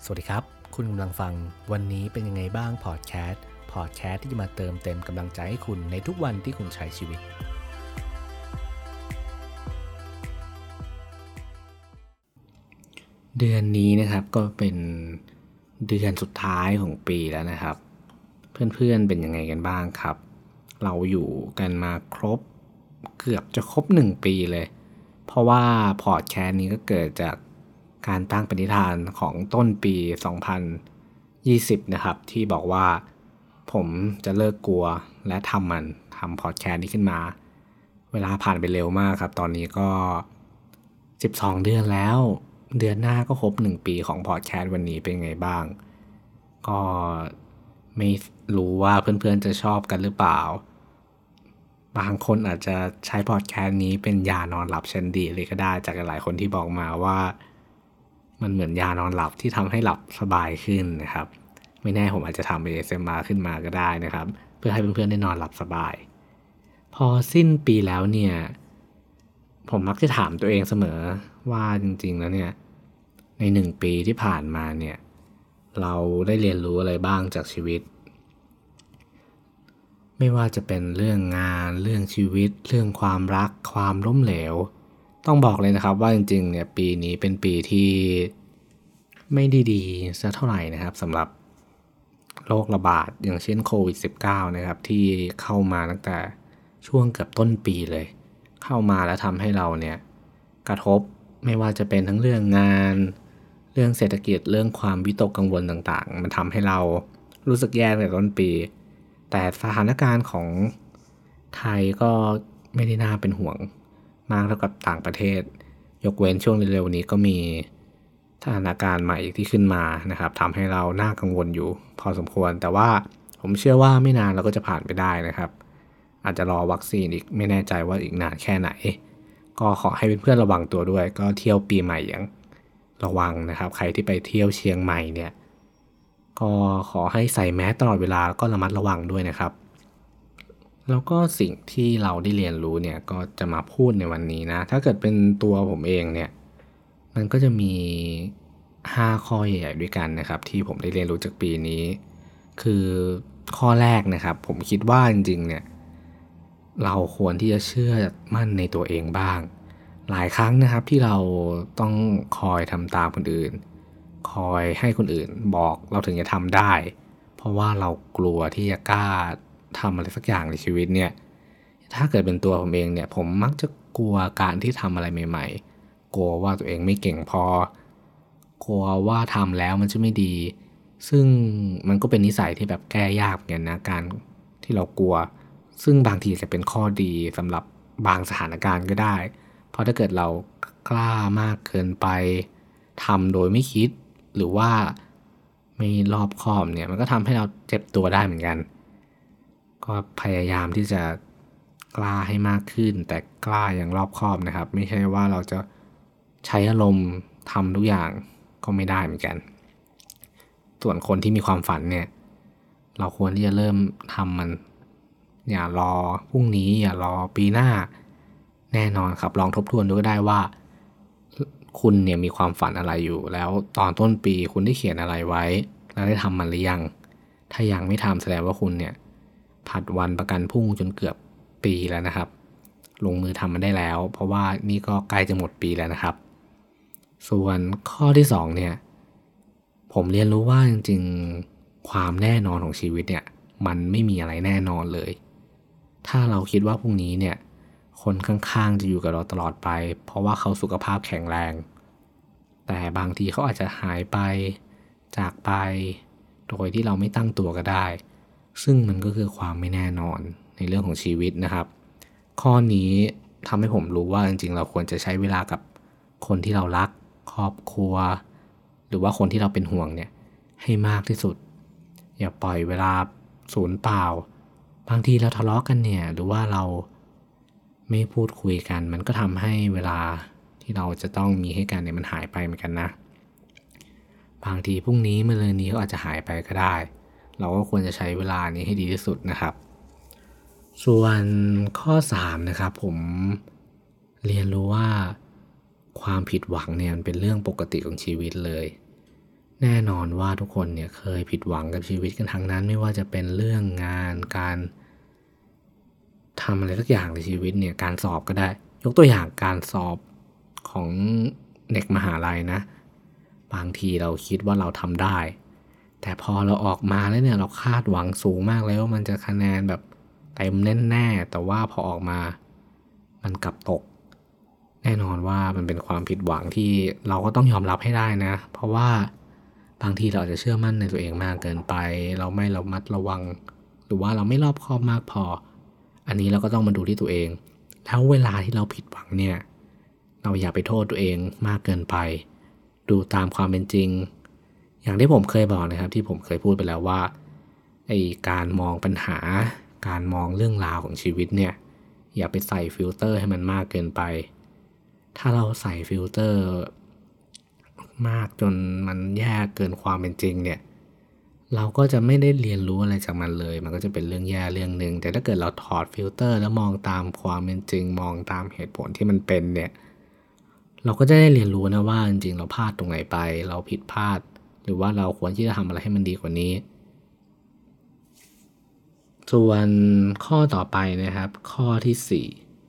สวัสดีครับคุณกำลังฟังวันนี้เป็นยังไงบ้างพอดแคสต์ที่จะมาเติมเต็มกำลังใจให้คุณในทุกวันที่คุณใช้ชีวิตเดือนนี้นะครับก็เป็นเดือนสุดท้ายของปีแล้วนะครับเพื่อนๆเป็นยังไงกันบ้างครับเราอยู่กันมาเกือบจะครบ1 ปีเลยเพราะว่าพอดแคสต์นี้ก็เกิดจากการตั้งปณิธานของต้นปี2020นะครับที่บอกว่าผมจะเลิกกลัวและทำพอดแคสต์นี้ขึ้นมาเวลาผ่านไปเร็วมากครับตอนนี้ก็12เดือนแล้วเดือนหน้าก็ครบ1 ปีของพอดแคสต์วันนี้เป็นไงบ้างก็ไม่รู้ว่าเพื่อนๆจะชอบกันหรือเปล่าบางคนอาจจะใช้พอดแคสต์นี้เป็นยานอนหลับชั้นดีเลยก็ได้จากหลายคนที่บอกมาว่ามันเหมือนยานอนหลับที่ทำให้หลับสบายขึ้นนะครับไม่แน่ผมอาจจะทำ ASMR ขึ้นมาก็ได้นะครับเพื่อให้เพื่อนๆได้นอนหลับสบายพอสิ้นปีแล้วเนี่ยผมมักจะถามตัวเองเสมอว่าจริงๆแล้วเนี่ยใน1 ปีที่ผ่านมาเนี่ยเราได้เรียนรู้อะไรบ้างจากชีวิตไม่ว่าจะเป็นเรื่องงานเรื่องชีวิตเรื่องความรักความล้มเหลวต้องบอกเลยนะครับว่าจริงๆเนี่ยปีนี้เป็นปีที่ไม่ได้ดีสักเท่าไหร่นะครับสำหรับโรคระบาดอย่างเช่นโควิด -19 นะครับที่เข้ามาตั้งแต่ช่วงเกือบต้นปีเลยเข้ามาแล้วทำให้เราเนี่ยกระทบไม่ว่าจะเป็นทั้งเรื่องงานเรื่องเศรษฐกิจเรื่องความวิตกกังวลต่างๆมันทำให้เรารู้สึกแย่ในต้นปีแต่สถานการณ์ของไทยก็ไม่ได้น่าเป็นห่วงมากเท่ากับต่างประเทศยกเว้นช่วงเร็วๆนี้ก็มีสถานการณ์ใหม่ที่ขึ้นมานะครับทำให้เราน่ากังวลอยู่พอสมควรแต่ว่าผมเชื่อว่าไม่นานเราก็จะผ่านไปได้นะครับอาจจะรอวัคซีนอีกไม่แน่ใจว่าอีกนานแค่ไหนก็ขอให้เพื่อนๆระวังตัวด้วยก็เที่ยวปีใหม่อย่างระวังนะครับใครที่ไปเที่ยวเชียงใหม่เนี่ยก็ขอให้ใส่แมสตลอดเวลาแล้วก็ระมัดระวังด้วยนะครับแล้วก็สิ่งที่เราได้เรียนรู้เนี่ยก็จะมาพูดในวันนี้นะถ้าเกิดเป็นตัวผมเองเนี่ยมันก็จะมี5 ข้อใหญ่ๆด้วยกันนะครับที่ผมได้เรียนรู้จากปีนี้คือข้อแรกนะครับผมคิดว่าจริงๆเนี่ยเราควรที่จะเชื่อมั่นในตัวเองบ้างหลายครั้งนะครับที่เราต้องคอยทำตามคนอื่นคอยให้คนอื่นบอกเราถึงจะทำได้เพราะว่าเรากลัวที่จะกล้าทำอะไรสักอย่างในชีวิตเนี่ยถ้าเกิดเป็นตัวผมเองเนี่ยผมมักจะกลัวการที่ทำอะไรใหม่ๆกลัวว่าตัวเองไม่เก่งพอกลัวว่าทำแล้วมันจะไม่ดีซึ่งมันก็เป็นนิสัยที่แบบแก้ยากเหมือนกันนะการที่เรากลัวซึ่งบางทีจะเป็นข้อดีสำหรับบางสถานการณ์ก็ได้เพราะถ้าเกิดเรากล้ามากเกินไปทำโดยไม่คิดหรือว่าไม่รอบคอบเนี่ยมันก็ทำให้เราเจ็บตัวได้เหมือนกันก็พยายามที่จะกล้าให้มากขึ้นแต่กล้าอย่างรอบคอบนะครับไม่ใช่ว่าเราจะใช้อารมณ์ทำทุกอย่างก็ไม่ได้เหมือนกันส่วนคนที่มีความฝันเนี่ยเราควรที่จะเริ่มทำมันอย่ารอพรุ่งนี้อย่ารอปีหน้าแน่นอนครับลองทบทวนดูก็ได้ว่าคุณเนี่ยมีความฝันอะไรอยู่แล้วตอนต้นปีคุณได้เขียนอะไรไว้แล้วได้ทำมันหรือยังถ้ายังไม่ทำแสดงว่าคุณเนี่ยผัดวันประกันพรุ่งจนเกือบปีแล้วนะครับลงมือทำมันได้แล้วเพราะว่านี่ก็ใกล้จะหมดปีแล้วนะครับส่วนข้อที่2เนี่ยผมเรียนรู้ว่าจริงๆความแน่นอนของชีวิตเนี่ยมันไม่มีอะไรแน่นอนเลยถ้าเราคิดว่าพรุ่งนี้เนี่ยคนข้างๆจะอยู่กับเราตลอดไปเพราะว่าเขาสุขภาพแข็งแรงแต่บางทีเขาอาจจะหายไปจากไปโดยที่เราไม่ตั้งตัวก็ได้ซึ่งมันก็คือความไม่แน่นอนในเรื่องของชีวิตนะครับข้อนี้ทำให้ผมรู้ว่าจริงๆเราควรจะใช้เวลากับคนที่เรารักครอบครัวหรือว่าคนที่เราเป็นห่วงเนี่ยให้มากที่สุดอย่าปล่อยเวลาสูญเปล่าบางทีเราทะเลาะกันเนี่ยหรือว่าเราไม่พูดคุยกันมันก็ทำให้เวลาที่เราจะต้องมีให้กันเนี่ยมันหายไปเหมือนกันนะบางทีพรุ่งนี้มะรืนนี้ก็อาจจะหายไปก็ได้เราก็ควรจะใช้เวลานี้ให้ดีที่สุดนะครับส่วนข้อ3นะครับผมเรียนรู้ว่าความผิดหวังเนี่ยมันเป็นเรื่องปกติของชีวิตเลยแน่นอนว่าทุกคนเนี่ยเคยผิดหวังกับชีวิตกันทั้งนั้นไม่ว่าจะเป็นเรื่องงานการทำอะไรสักอย่างในชีวิตเนี่ยการสอบก็ได้ยกตัวอย่างการสอบของเด็กมหาลัยนะบางทีเราคิดว่าเราทำได้แต่พอเราออกมาแล้วเนี่ยเราคาดหวังสูงมากเลยว่ามันจะคะแนนแบบเต็มแน่ๆแต่ว่าพอออกมามันกลับตกแน่นอนว่ามันเป็นความผิดหวังที่เราก็ต้องยอมรับให้ได้นะเพราะว่าบางทีเราอาจจะเชื่อมั่นในตัวเองมากเกินไปเราไม่ระมัดระวังหรือว่าเราไม่รอบคอบมากพออันนี้เราก็ต้องมาดูที่ตัวเองแล้วเวลาที่เราผิดหวังเนี่ยเราอย่าไปโทษตัวเองมากเกินไปดูตามความเป็นจริงอย่างที่ผมเคยบอกนะครับที่ผมเคยพูดไปแล้วว่าไอ้การมองปัญหาการมองเรื่องราวของชีวิตเนี่ยอย่าไปใส่ฟิลเตอร์ให้มันมากเกินไปถ้าเราใส่ฟิลเตอร์มากจนมันแย่เกินความเป็นจริงเนี่ยเราก็จะไม่ได้เรียนรู้อะไรจากมันเลยมันก็จะเป็นเรื่องแย่เรื่องหนึ่งแต่ถ้าเกิดเราถอดฟิลเตอร์แล้วมองตามความเป็นจริงมองตามเหตุผลที่มันเป็นเนี่ยเราก็จะได้เรียนรู้นะว่าจริงๆเราพลาดตรงไหนไปเราผิดพลาดหรือว่าเราควรที่จะทำอะไรให้มันดีกว่านี้ส่วนข้อต่อไปนะครับข้อที่4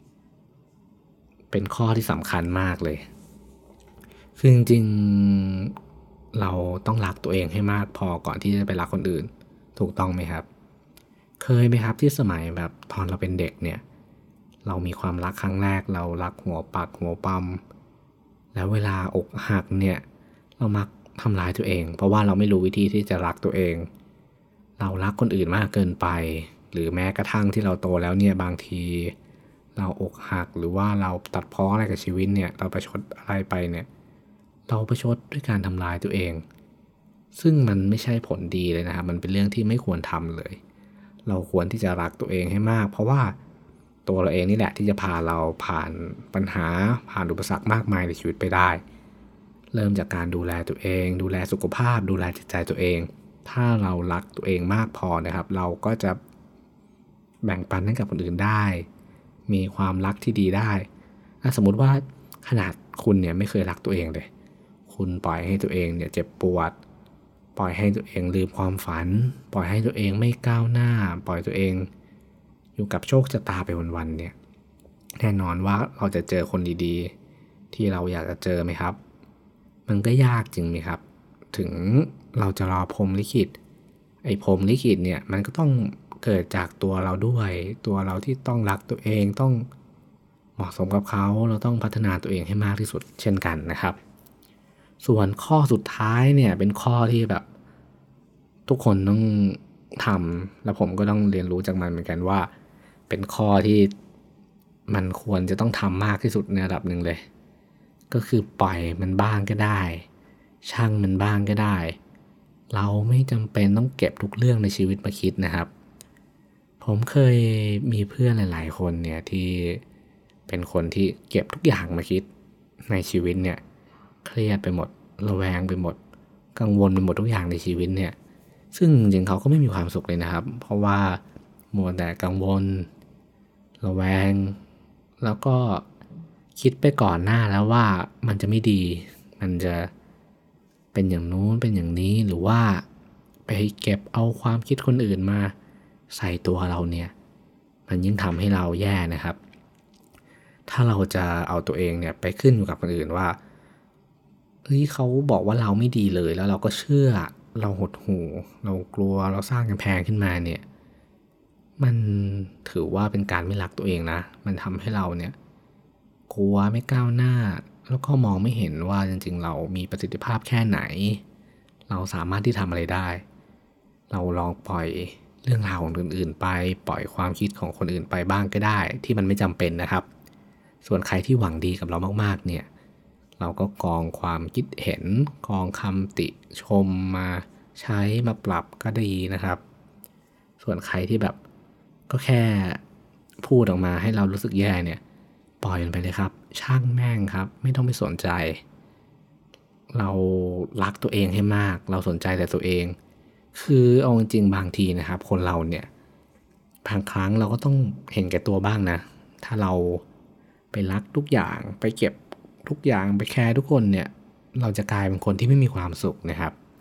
เป็นข้อที่สำคัญมากเลยคือจริงๆเราต้องรักตัวเองให้มากพอก่อนที่จะไปรักคนอื่นถูกต้องไหมครับเคยไหมครับที่สมัยแบบตอนเราเป็นเด็กเนี่ยเรามีความรักครั้งแรกเรารักหัวปักหัวปั๊มแล้วเวลาอกหักเนี่ยเรามักทำร้ายตัวเองเพราะว่าเราไม่รู้วิธีที่จะรักตัวเองเรารักคนอื่นมากเกินไปหรือแม้กระทั่งที่เราโตแล้วเนี่ยบางทีเราอกหักหรือว่าเราตัดพ้ออะไรกับชีวิตเนี่ยเราประชดอะไรไปเนี่ยเราประชดด้วยการทำร้ายตัวเองซึ่งมันไม่ใช่ผลดีเลยนะครับมันเป็นเรื่องที่ไม่ควรทำเลยเราควรที่จะรักตัวเองให้มากเพราะว่าตัวเราเองนี่แหละที่จะพาเราผ่านปัญหาผ่านอุปสรรคมากมายในชีวิตไปได้เริ่มจากการดูแลตัวเองดูแลสุขภาพดูแลจิตใจตัวเองถ้าเรารักตัวเองมากพอนะครับเราก็จะแบ่งปันให้กับคนอื่นได้มีความรักที่ดีได้สมมุติว่าขนาดคุณเนี่ยไม่เคยรักตัวเองเลยคุณปล่อยให้ตัวเองเนี่ยเจ็บปวดปล่อยให้ตัวเองลืมความฝันปล่อยให้ตัวเองไม่ก้าวหน้าปล่อยตัวเองอยู่กับโชคชะตาไปวันๆเนี่ยแน่นอนว่าเราจะเจอคนดีๆที่เราอยากจะเจอไหมครับมันก็ยากจริงไหมครับถึงเราจะรอพรหมลิขิตไอ้พรหมลิขิตเนี่ยมันก็ต้องเกิดจากตัวเราด้วยตัวเราที่ต้องรักตัวเองต้องเหมาะสมกับเขาเราต้องพัฒนาตัวเองให้มากที่สุดเช่นกันนะครับส่วนข้อสุดท้ายเนี่ยเป็นข้อที่แบบทุกคนต้องทำแล้วผมก็ต้องเรียนรู้จากมันเหมือนกันว่าเป็นข้อที่มันควรจะต้องทำมากที่สุดในระดับหนึ่งเลยก็คือปล่อยมันบ้างก็ได้ช่างมันบ้างก็ได้เราไม่จำเป็นต้องเก็บทุกเรื่องในชีวิตมาคิดนะครับผมเคยมีเพื่อนหลายๆคนเนี่ยที่เป็นคนที่เก็บทุกอย่างมาคิดในชีวิตเนี่ยเครียดไปหมดระแวงไปหมดกังวลไปหมดทุกอย่างในชีวิตเนี่ยซึ่งจริงๆเขาก็ไม่มีความสุขเลยนะครับเพราะว่ามัวแต่กังวลระแวงแล้วก็คิดไปก่อนหน้าแล้วว่ามันจะไม่ดีมันจะเป็นอย่างนู้นเป็นอย่างนี้หรือว่าไปเก็บเอาความคิดคนอื่นมาใส่ตัวเราเนี่ยมันยิ่งทำให้เราแย่นะครับถ้าเราจะเอาตัวเองเนี่ยไปขึ้นอยู่กับคนอื่นว่าเฮ้ยเขาบอกว่าเราไม่ดีเลยแล้วเราก็เชื่อเราหดหู่เรากลัวเราสร้างกำแพงขึ้นมาเนี่ยมันถือว่าเป็นการไม่รักตัวเองนะมันทำให้เราเนี่ยกลัวไม่ก้าวหน้าแล้วก็มองไม่เห็นว่าจริงๆเรามีประสิทธิภาพแค่ไหนเราสามารถที่ทำอะไรได้เราลองปล่อยเรื่องราวของคนอื่นไปปล่อยความคิดของคนอื่นไปบ้างก็ได้ที่มันไม่จำเป็นนะครับส่วนใครที่หวังดีกับเรามากๆเนี่ยเราก็กองความคิดเห็นกองคำติชมมาใช้มาปรับก็ดีนะครับส่วนใครที่แบบก็แค่พูดออกมาให้เรารู้สึกแย่เนี่ยปล่อยมันไปเลยครับช่างแม่งครับไม่ต้องไปสนใจเรารักตัวเองให้มากเราสนใจแต่ตัวเองคือเอาจริงๆบางทีนะครับคนเราเนี่ยบางครั้งเราก็ต้องเห็นแก่ตัวบ้างนะถ้าเราไปรักทุกอย่างไปเก็บทุกอย่างไปแคร์ทุกคนเนี่ยเราจะกลายเป็นคนที่ไม่มีความสุขนะครับ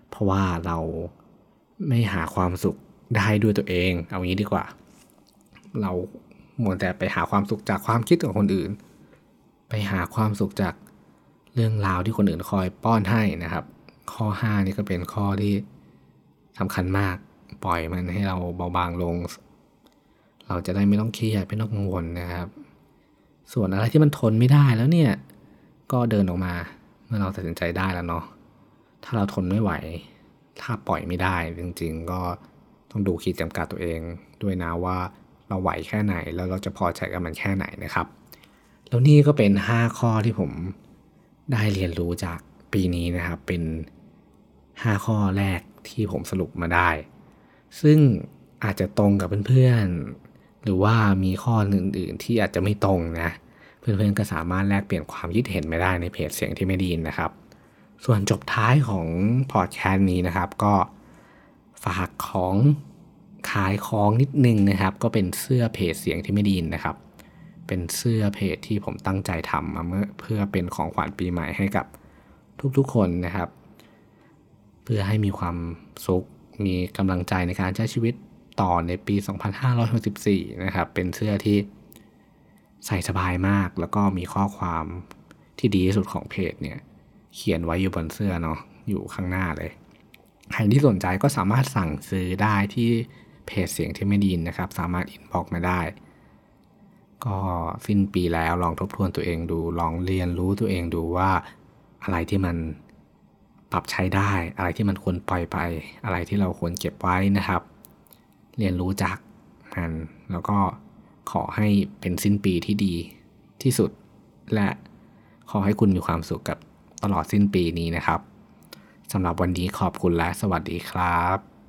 เพราะว่าเราไม่หาความสุขได้ด้วยตัวเองเอางี้ดีกว่าเรามัวแต่ไปหาความสุขจากความคิดของคนอื่นไปหาความสุขจากเรื่องราวที่คนอื่นคอยป้อนให้นะครับข้อ5นี่ก็เป็นข้อที่สำคัญมากปล่อยมันให้เราเบาบางลงเราจะได้ไม่ต้องเครียดไม่ต้องกังวลนะครับส่วนอะไรที่มันทนไม่ได้แล้วเนี่ยก็เดินออกมาเมื่อเราตัดสินใจได้แล้วเนาะถ้าเราทนไม่ไหวถ้าปล่อยไม่ได้จริงๆก็ต้องดูขีดจำกัดตัวเองด้วยนะว่าเราไหวแค่ไหนแล้วเราจะพอใจกับมันแค่ไหนนะครับแล้วนี่ก็เป็น5ข้อที่ผมได้เรียนรู้จากปีนี้นะครับเป็น5ข้อแรกที่ผมสรุปมาได้ซึ่งอาจจะตรงกับเพื่อนๆหรือว่ามีข้ออื่นๆที่อาจจะไม่ตรงนะเพื่อนๆก็สามารถแลกเปลี่ยนความคิดเห็นไม่ได้ในเพจเสียงที่ไม่ดีนะครับส่วนจบท้ายของพอดแคสต์นี้นะครับก็ฝากของขายของนิดนึงนะครับก็เป็นเสื้อเพจเสียงที่ไม่ดีนะครับเป็นเสื้อเพจที่ผมตั้งใจทำมาเพื่อเป็นของขวัญปีใหม่ให้กับทุกๆคนนะครับเพื่อให้มีความสุขมีกำลังใจในการใช้ชีวิตต่อในปี2564นะครับเป็นเสื้อที่ใส่สบายมากแล้วก็มีข้อความที่ดีที่สุดของเพจเนี่ยเขียนไว้อยู่บนเสื้อเนาะอยู่ข้างหน้าเลยใครที่สนใจก็สามารถสั่งซื้อได้ที่เพจเสียงที่ไม่ดีนะครับสามารถอินบ็อกซ์มาได้ก็สิ้นปีแล้วลองทบทวนตัวเองดูลองเรียนรู้ตัวเองดูว่าอะไรที่มันปรับใช้ได้อะไรที่มันควรปล่อยไปอะไรที่เราควรเก็บไว้นะครับเรียนรู้จากมันแล้วก็ขอให้เป็นสิ้นปีที่ดีที่สุดและขอให้คุณมีความสุขกับตลอดสิ้นปีนี้นะครับสำหรับวันนี้ขอบคุณและสวัสดีครับ